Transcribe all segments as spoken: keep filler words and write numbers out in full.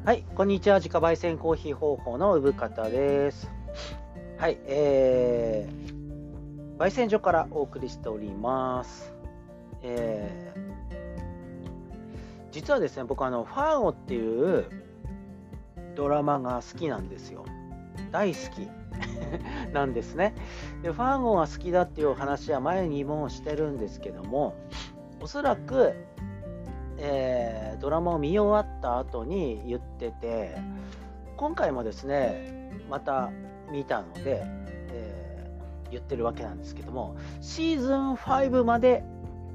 はい、こんにちは。自家焙煎コーヒー方法の産方です。はい、えー、焙煎所からお送りしております。えー、実はですね、僕あの、ファーゴっていうドラマが好きなんですよ。大好きなんですね。で、ファーゴが好きだっていう話は前にもしてるんですけども、おそらくえードラマを見終わった後に言ってて、今回もですねまた見たので、えー言ってるわけなんですけども、シーズンファイブまで、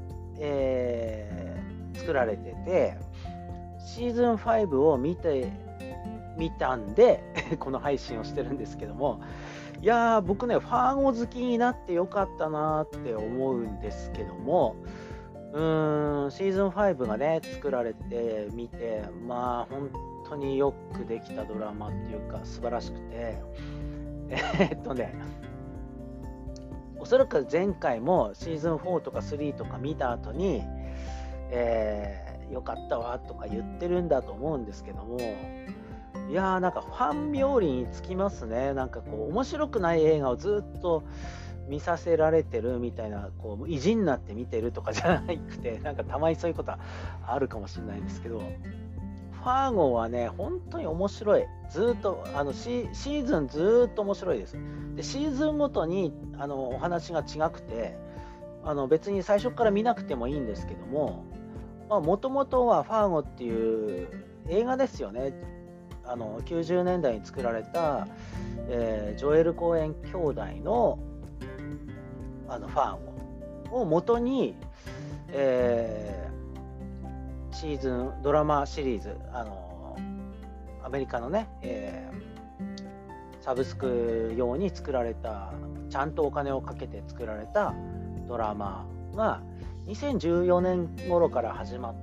えー作られてて、シーズンファイブを見てみたんでこの配信をしてるんですけども、いやー僕ねファーゴ好きになってよかったなって思うんですけども、うーんシーズンファイブがね作られてみて、まあ本当によくできたドラマっていうか素晴らしくて、えーっとねおそらく前回もシーズンフォーとかスリーとか見た後に、えーよかったわとか言ってるんだと思うんですけども、いやーなんかファン冥利につきますね。なんかこう面白くない映画をずっと見させられてるみたいな、こう意地になって見てるとかじゃなくて、なんかたまにそういうことはあるかもしれないんですけど、ファーゴはね本当に面白い。ずっとあの シ, シーズンずっと面白いです。でシーズンごとにあのお話が違くて、あの別に最初から見なくてもいいんですけども、もともとはファーゴっていう映画ですよね。あのきゅうじゅうねんだいに作られた、えージョエル・コーエン兄弟のあのファーゴを元に、えーシーズンドラマシリーズ、あのアメリカのね、えーサブスク用に作られた、ちゃんとお金をかけて作られたドラマがにせんじゅうよねん頃から始まって、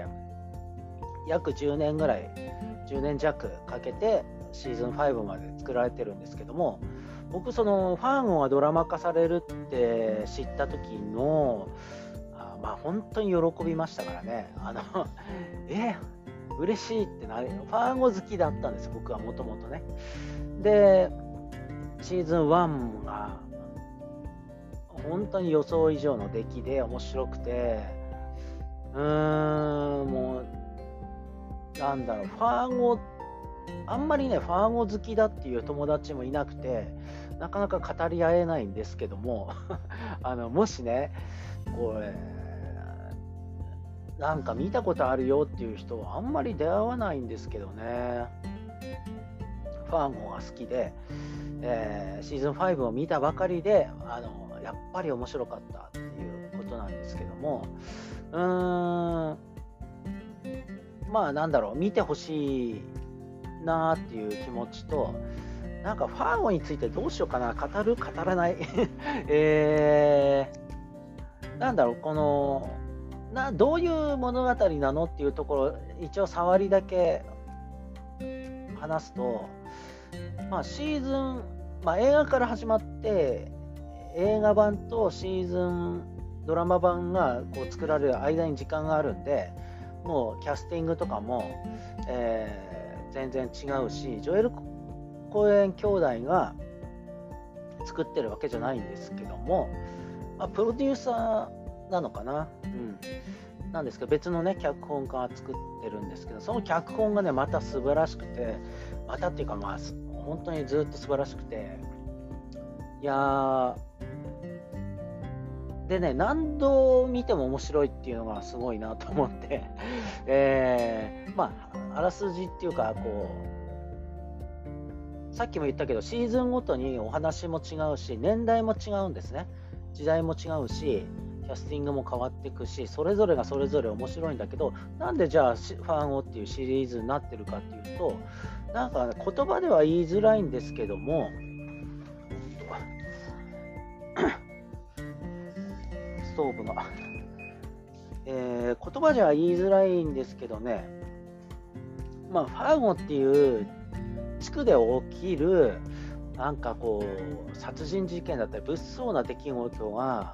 約じゅうねんぐらい、じゅうねん弱かけてシーズンファイブまで作られてるんですけども、僕そのファーゴがドラマ化されるって知った時のあまあ本当に喜びましたからね。あのえ嬉しいってなる。ファーゴ好きだったんです、僕はもともとね。でシーズンワンが本当に予想以上の出来で面白くて、うーんもうなんだろう、ファーゴあんまりねファーゴ好きだっていう友達もいなくて、なかなか語り合えないんですけどもあのもしねこれなんか見たことあるよっていう人はあんまり出会わないんですけどね。ファーゴが好きで、えーシーズンファイブを見たばかりで、あのやっぱり面白かったっていうことなんですけども、うーんまあなんだろう、見てほしいなっていう気持ちと、なんかファーゴについてどうしようかな、語る語らないえー、なんだろう、このなどういう物語なのっていうところ、一応触りだけ話すと、まあ、シーズン、まあ、映画から始まって映画版とシーズンドラマ版がこう作られる間に時間があるんで、もうキャスティングとかも、えー全然違うし、ジョエル・コーエン兄弟が作ってるわけじゃないんですけども、まあ、プロデューサーなのかな、うん、なんですけど、別のね脚本家が作ってるんですけど、その脚本がねまた素晴らしくて、またっていうかまあ本当にずっと素晴らしくて、いやーでね、何度見ても面白いっていうのがすごいなと思ってえー、まああらすじっていうか、こうさっきも言ったけどシーズンごとにお話も違うし、年代も違うんですね。時代も違うし、キャスティングも変わっていくし、それぞれがそれぞれ面白いんだけど、なんでじゃあファンゴっていうシリーズになってるかっていうと、なんか、ね、言葉では言いづらいんですけどもストーブが、えー、言葉じゃ言いづらいんですけどね、まあファーゴっていう地区で起きるなんかこう殺人事件だったり物騒な出来事が、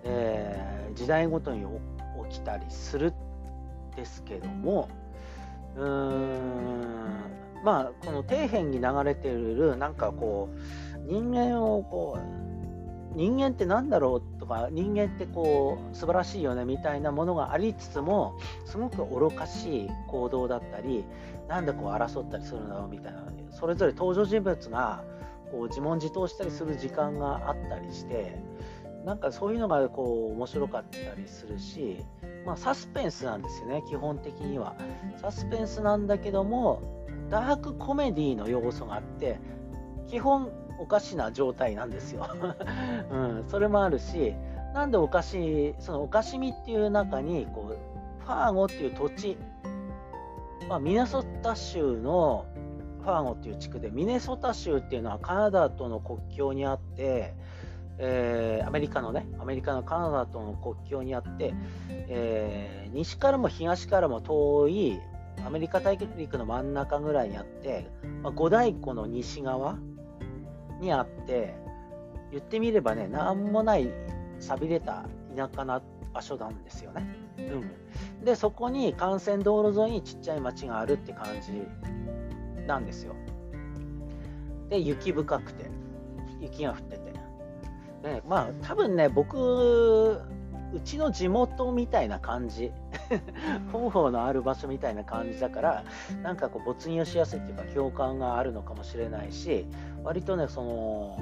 えー時代ごとに起きたりするんですけども、 うーんまあこの底辺に流れているなんかこう人間をこう人間ってなんだろうとか、人間ってこう素晴らしいよねみたいなものがありつつも、すごく愚かしい行動だったり、なんでこう争ったりするんだろうみたいな、それぞれ登場人物がこう自問自答したりする時間があったりして、なんかそういうのがこう面白かったりするし、まあ、サスペンスなんですよね。基本的にはサスペンスなんだけども、ダークコメディの要素があって、基本おかしな状態なんですよ、うん、それもあるし、なんでおかしい、そのおかしみっていう中にこうファーゴっていう土地、まあ、ミネソタ州のファーゴっていう地区で、ミネソタ州っていうのはカナダとの国境にあって、えーアメリカのね、アメリカのカナダとの国境にあって、えー西からも東からも遠いアメリカ大陸の真ん中ぐらいにあって、まあ、五大湖の西側にあって、言ってみればね、なんもない寂れた田舎な場所なんですよね。うん、でそこに幹線道路沿いにちっちゃい町があるって感じなんですよ。で雪深くて雪が降ってて、ね、まあ多分ね、僕うちの地元みたいな感じ方法のある場所みたいな感じだから、なんかこう没入しやすいっていうか共感があるのかもしれないし、割とねその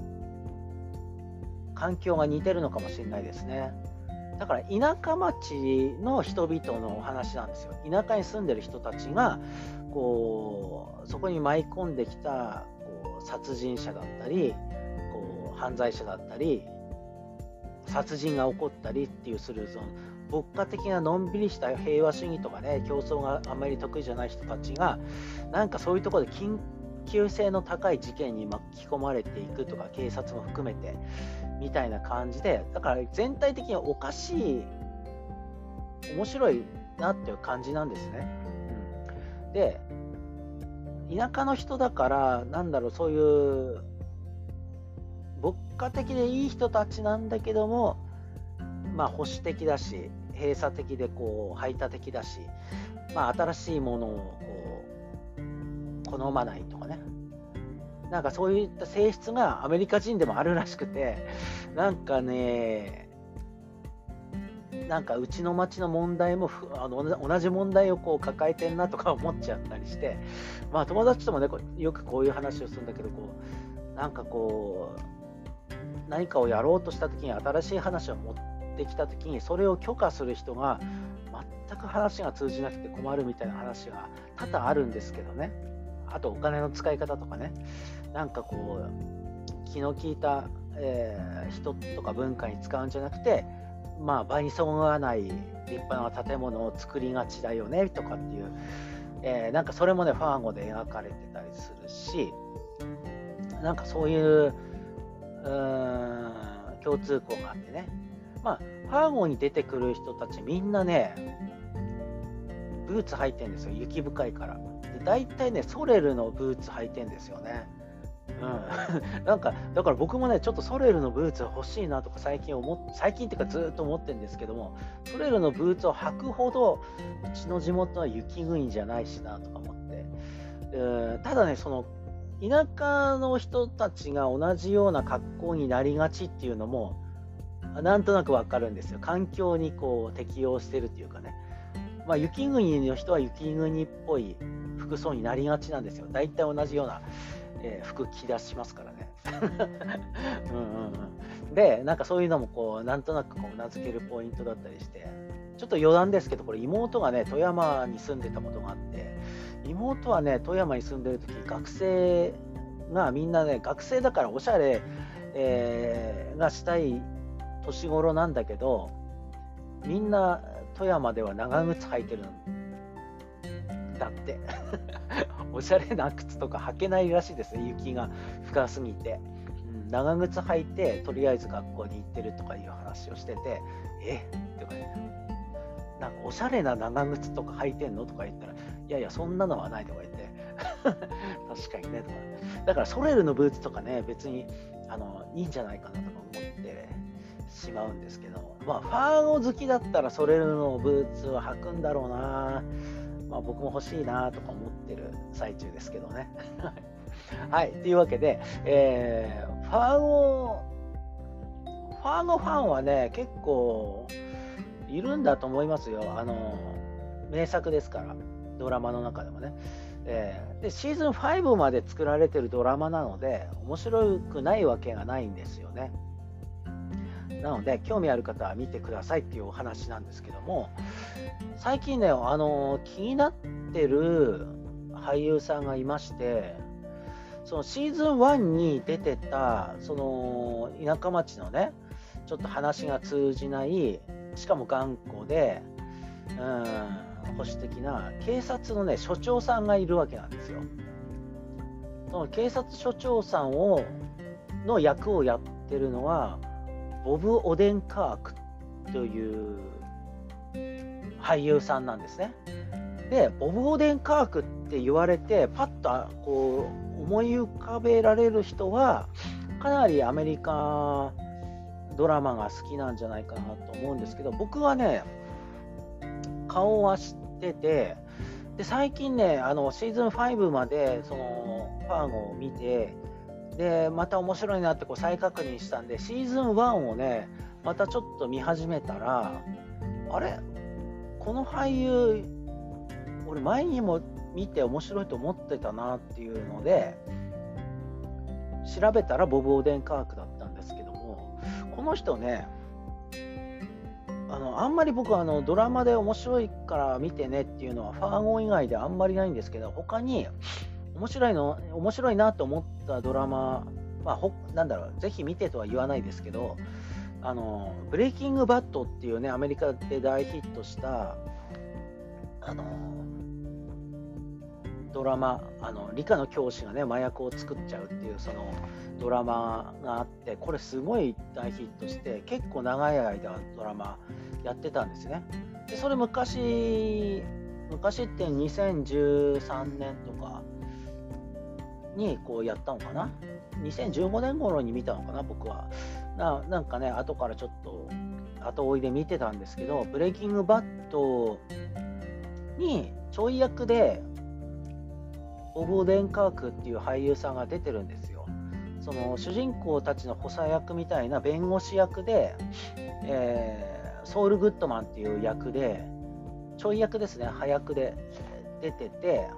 環境が似てるのかもしれないですね。だから田舎町の人々のお話なんですよ。田舎に住んでる人たちがこうそこに舞い込んできたこう殺人者だったり、こう犯罪者だったり、殺人が起こったりっていうする、その牧歌的なのんびりした平和主義とかね、競争があんまり得意じゃない人たちが、なんかそういうところで緊急性の高い事件に巻き込まれていくとか、警察も含めてみたいな感じで、だから全体的におかしい、面白いなっていう感じなんですね。うん、で田舎の人だから、なんだろう、そういう牧歌的でいい人たちなんだけども、まあ保守的だし、閉鎖的でこう排他的だし、まあ新しいものをこう好まないとかね、なんかそういった性質がアメリカ人でもあるらしくて、なんかね、なんかうちの町の問題もあの同じ問題をこう抱えてんなとか思っちゃったりして、まあ友達ともねよくこういう話をするんだけど、こうなんかこう何かをやろうとした時に、新しい話を持ってきた時に、それを許可する人が全く話が通じなくて困るみたいな話が多々あるんですけどね。あとお金の使い方とかね、なんかこう気の利いた、えー人とか文化に使うんじゃなくて、まあ場にそぐわない立派な建物を作りがちだよねとかっていう、えーなんかそれもねファーゴで描かれてたりするし、なんかそういううーん共通項があってね、まあファーゴに出てくる人たちみんなねブーツ履いてるんですよ、雪深いから。で大体ねソレルのブーツ履いてるんですよね。うん、なんかだから僕もねちょっとソレルのブーツ欲しいなとか最近思っ最近っていうかずっと思ってるんですけども、ソレルのブーツを履くほどうちの地元は雪国じゃないしなとか思って、うんただねその田舎の人たちが同じような格好になりがちっていうのもなんとなくわかるんですよ。環境にこう適応してるっていうかね、まあ、雪国の人は雪国っぽい服装になりがちなんですよ。大体同じような、えー服着出しますからねうんうん、うん、でなんかそういうのもこうなんとなくこう名付けるポイントだったりして、ちょっと余談ですけど、これ妹がね富山に住んでたことがあって、妹はね富山に住んでる時、学生がみんなね、学生だからおしゃれ、えーがしたい年頃なんだけど、みんな富山では長靴履いてるんだっておしゃれな靴とか履けないらしいですね、雪が深すぎて、うん、長靴履いてとりあえず学校に行ってるとかいう話をしてて、えってかね、なんかおしゃれな長靴とか履いてんのとか言ったら、いやいやそんなのはないとか言って確かにねとか、だからソレルのブーツとかね別にあのいいんじゃないかなとか思ってしまうんですけど、まあファーゴ好きだったらソレルのブーツは履くんだろうな。 まあ、僕も欲しいなとか思ってる最中ですけどね。はい、というわけで、えー、ファーゴファーゴファンはね結構いるんだと思いますよ。あの名作ですから、ドラマの中でもね。えー、でシーズンファイブまで作られてるドラマなので面白くないわけがないんですよね。なので興味ある方は見てくださいっていうお話なんですけども、最近ね、あの気になってる俳優さんがいまして、そのシーズンワンに出てたその田舎町のねちょっと話が通じない、しかも頑固でうん保守的な警察のね署長さんがいるわけなんですよ。その警察署長さんをの役をやってるのはボブ・オデンカークという俳優さんなんですね。でボブ・オデンカークって言われてパッとこう思い浮かべられる人はかなりアメリカドラマが好きなんじゃないかなと思うんですけど、僕はね顔は知ってて、で最近ねあのシーズンファイブまでそのファーゴを見て、でまた面白いなってこう再確認したんで、シーズンワンをねまたちょっと見始めたら、あれこの俳優俺前にも見て面白いと思ってたなっていうので調べたらボブ・オデンカークだったんですけども、この人ねあのあんまり僕はあのドラマで面白いから見てねっていうのはファーゴ以外であんまりないんですけど、他に面白いの面白いなと思ったドラマ、まあ、ほなんだろうぜひ見てとは言わないですけど、あのブレイキングバッドっていうねアメリカで大ヒットしたあのドラマ、あの理科の教師がね麻薬を作っちゃうっていうそのドラマがあって、これすごい大ヒットして結構長い間ドラマやってたんですね。でそれ昔昔ってにせんじゅうさんねんとかにこうやったのかな、にせんじゅうごねん頃に見たのかな僕は。な, なんかね後からちょっと後追いで見てたんですけど、ブレイキングバッドにちょい役でボブ・オデンカークっていう俳優さんが出てるんですよ。その主人公たちの補佐役みたいな弁護士役で、えー、ソウル・グッドマンっていう役でちょい役ですね、早役で出てて、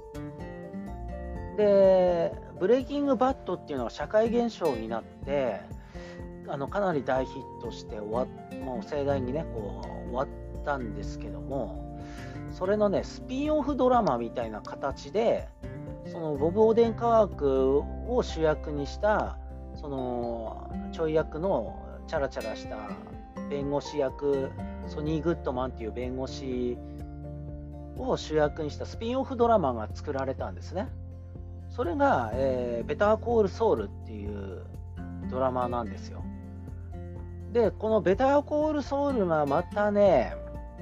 でブレイキングバッドっていうのは社会現象になってあのかなり大ヒットして終わもう盛大にねこう終わったんですけども、それのねスピンオフドラマみたいな形でそのボブ・オデンカークを主役にしたそのちょい役のチャラチャラした弁護士役、ソニー・グッドマンっていう弁護士を主役にしたスピンオフドラマが作られたんですね。それが、えー、ベター・コール・ソウルっていうドラマなんですよ。でこのベター・コール・ソウルがまたね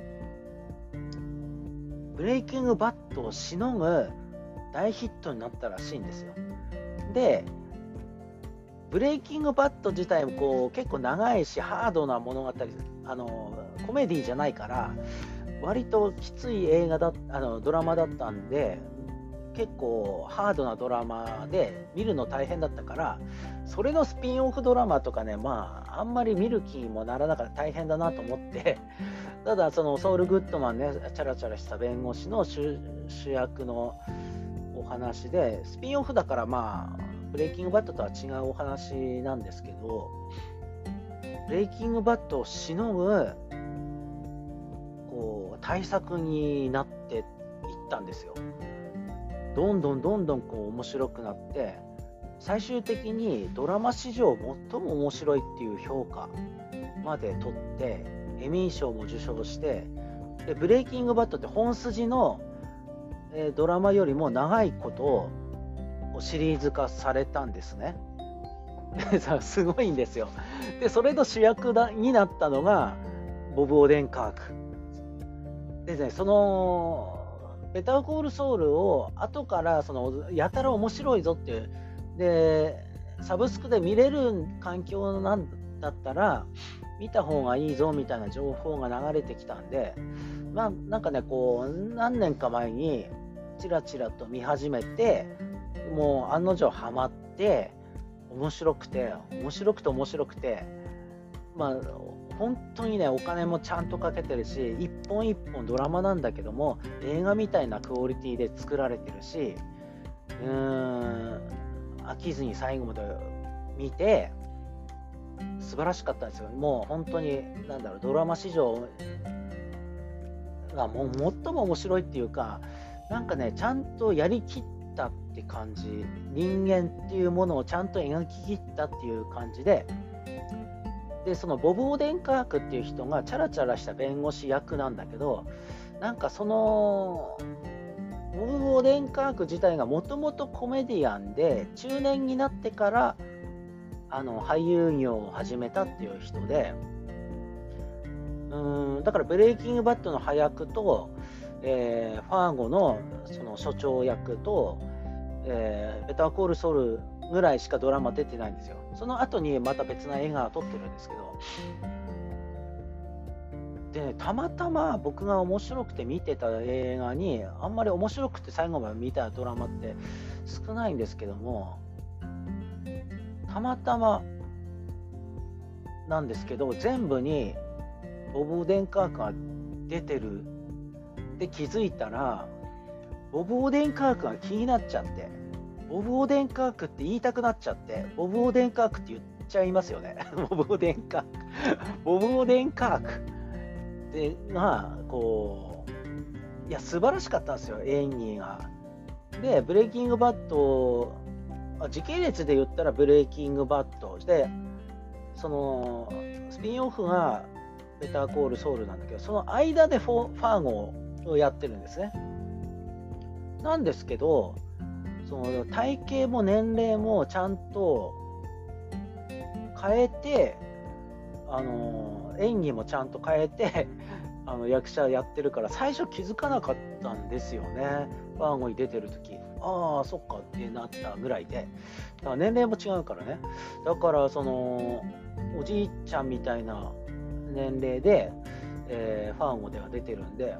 ブレイキングバットをしのぐ大ヒットになったらしいんですよ。でブレイキングバット自体もこう結構長いしハードな物語、あのコメディじゃないから割ときつい映画だあのドラマだったんで、結構ハードなドラマで見るの大変だったから、それのスピンオフドラマとかね、まああんまり見る気にもならなかった、大変だなと思ってただそのソウル・グッドマンね、チャラチャラした弁護士の 主, 主役のお話で、スピンオフだからまあブレイキングバットとは違うお話なんですけど、ブレイキングバットをしのぐこう対策になっていったんですよ。どんどんどんどんこう面白くなって、最終的にドラマ史上最も面白いっていう評価まで取ってエミー賞も受賞して、でブレイキングバットって本筋の、えー、ドラマよりも長いことをシリーズ化されたんですね。すごいんですよ。でそれの主役だになったのがボブ・オデンカークでね、そのベターコールソウルを後からそのやたら面白いぞっていうでサブスクで見れる環境なんだったら見た方がいいぞみたいな情報が流れてきたんで、 まあ、なんかね、こう、何年か前に、ちらちらと見始めて、もう案の定ハマって、面白くて、面白くて面白くて、まあ、本当にね、お金もちゃんとかけてるし、一本一本ドラマなんだけども、映画みたいなクオリティで作られてるし、うーん、飽きずに最後まで見て、素晴らしかったんですよ。もう本当に、なんだろう、ドラマ史上がもう最も面白いっていうか、なんかね、ちゃんとやりきったって感じ、人間っていうものをちゃんと描ききったっていう感じで、でそのボブ・オデンカークっていう人がチャラチャラした弁護士役なんだけど、なんかそのボブ・オデンカーク自体がもともとコメディアンで、中年になってからあの俳優業を始めたっていう人で、うーんだからブレイキングバッドの配役と、えーファーゴのその所長役と、えーベターコールソウルぐらいしかドラマ出てないんですよ。その後にまた別な映画を撮ってるんですけど、でね、たまたま僕が面白くて見てた映画に、あんまり面白くて最後まで見たドラマって少ないんですけども、たまたまなんですけど、全部にボブ・オデンカークが出てるって気づいたら、ボブ・オデンカークが気になっちゃって、ボブ・オデンカークって言いたくなっちゃって、ボブ・オデンカークって言っちゃいますよね。ボブ・オデンカーク。ボブ・オデンカークでが、こう、いや、素晴らしかったんですよ、演技が。で、ブレイキングバッド、時系列で言ったらブレイキングバッドで、そのスピンオフがベターコールソウルなんだけど、その間でフォファーゴをやってるんですね。なんですけど、その体型も年齢もちゃんと変えて、あの演技もちゃんと変えてあの役者やってるから、最初気づかなかったんですよね。ファーゴに出てる時、ああそっかってなったぐらいで、だから年齢も違うからね。だからそのおじいちゃんみたいな年齢で、えー、ファーゴでは出てるんで、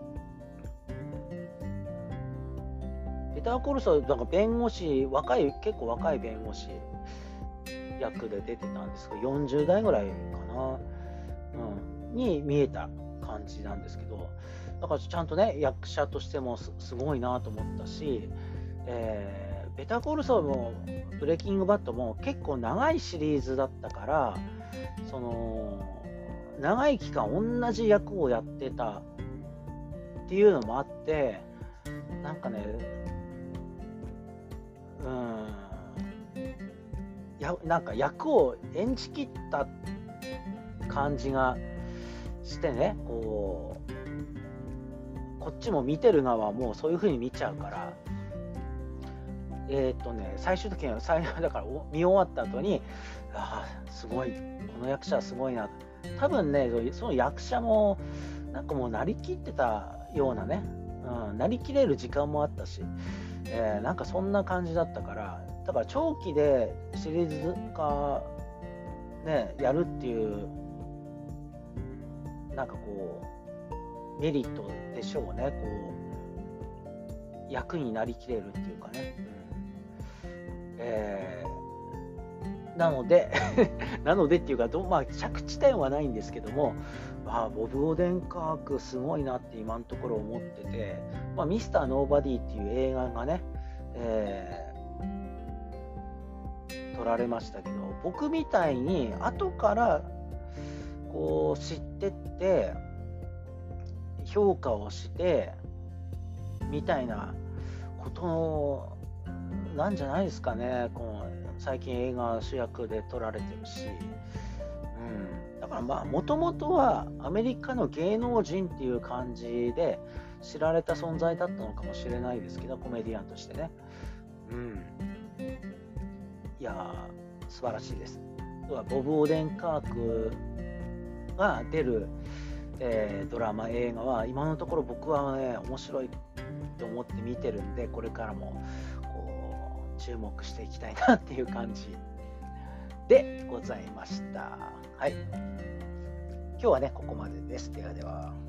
ベターコールソウルなんか弁護士、若い結構若い弁護士役で出てたんですけど、よんじゅう代ぐらいかな、うん、に見えた感じなんですけど、だからちゃんとね、役者としても す, すごいなと思ったし、えー、ベターコールソウルもブレイキングバッドも結構長いシリーズだったから、その長い期間同じ役をやってたっていうのもあって、なんかね、うーんやなんか役を演じきった感じがしてね、こうこっちも見てる側もそういう風に見ちゃうから、えっとね最終的には最後だから見終わった後に、ああすごい、この役者はすごいな、多分ねその役者もなんかもうなりきってたようなね、うん、なりきれる時間もあったし、えー、なんかそんな感じだったから、だから長期でシリーズ化、ね、やるっていうなんかこうメリットでしょうね。こう役になりきれるっていうかね、うんえー、なのでなのでっていうかど、まあ、着地点はないんですけども、まあ、ボブ・オデンカークすごいなって今のところ思ってて、まあ、ミスター・ノーバディっていう映画がね、えー撮られましたけど、僕みたいに後からこう知ってって評価をしてみたいなことなんじゃないですかね。この最近映画主役で撮られてるし、うん、だからまあもともとはアメリカの芸能人っていう感じで知られた存在だったのかもしれないですけど、コメディアンとしてね、うんいやー素晴らしいです。ボブ・オデンカークが出る、えー、ドラマ映画は今のところ僕はね面白いと思って見てるんで、これからもこう注目していきたいなっていう感じでございました。はい、今日はねここまでです。ではでは。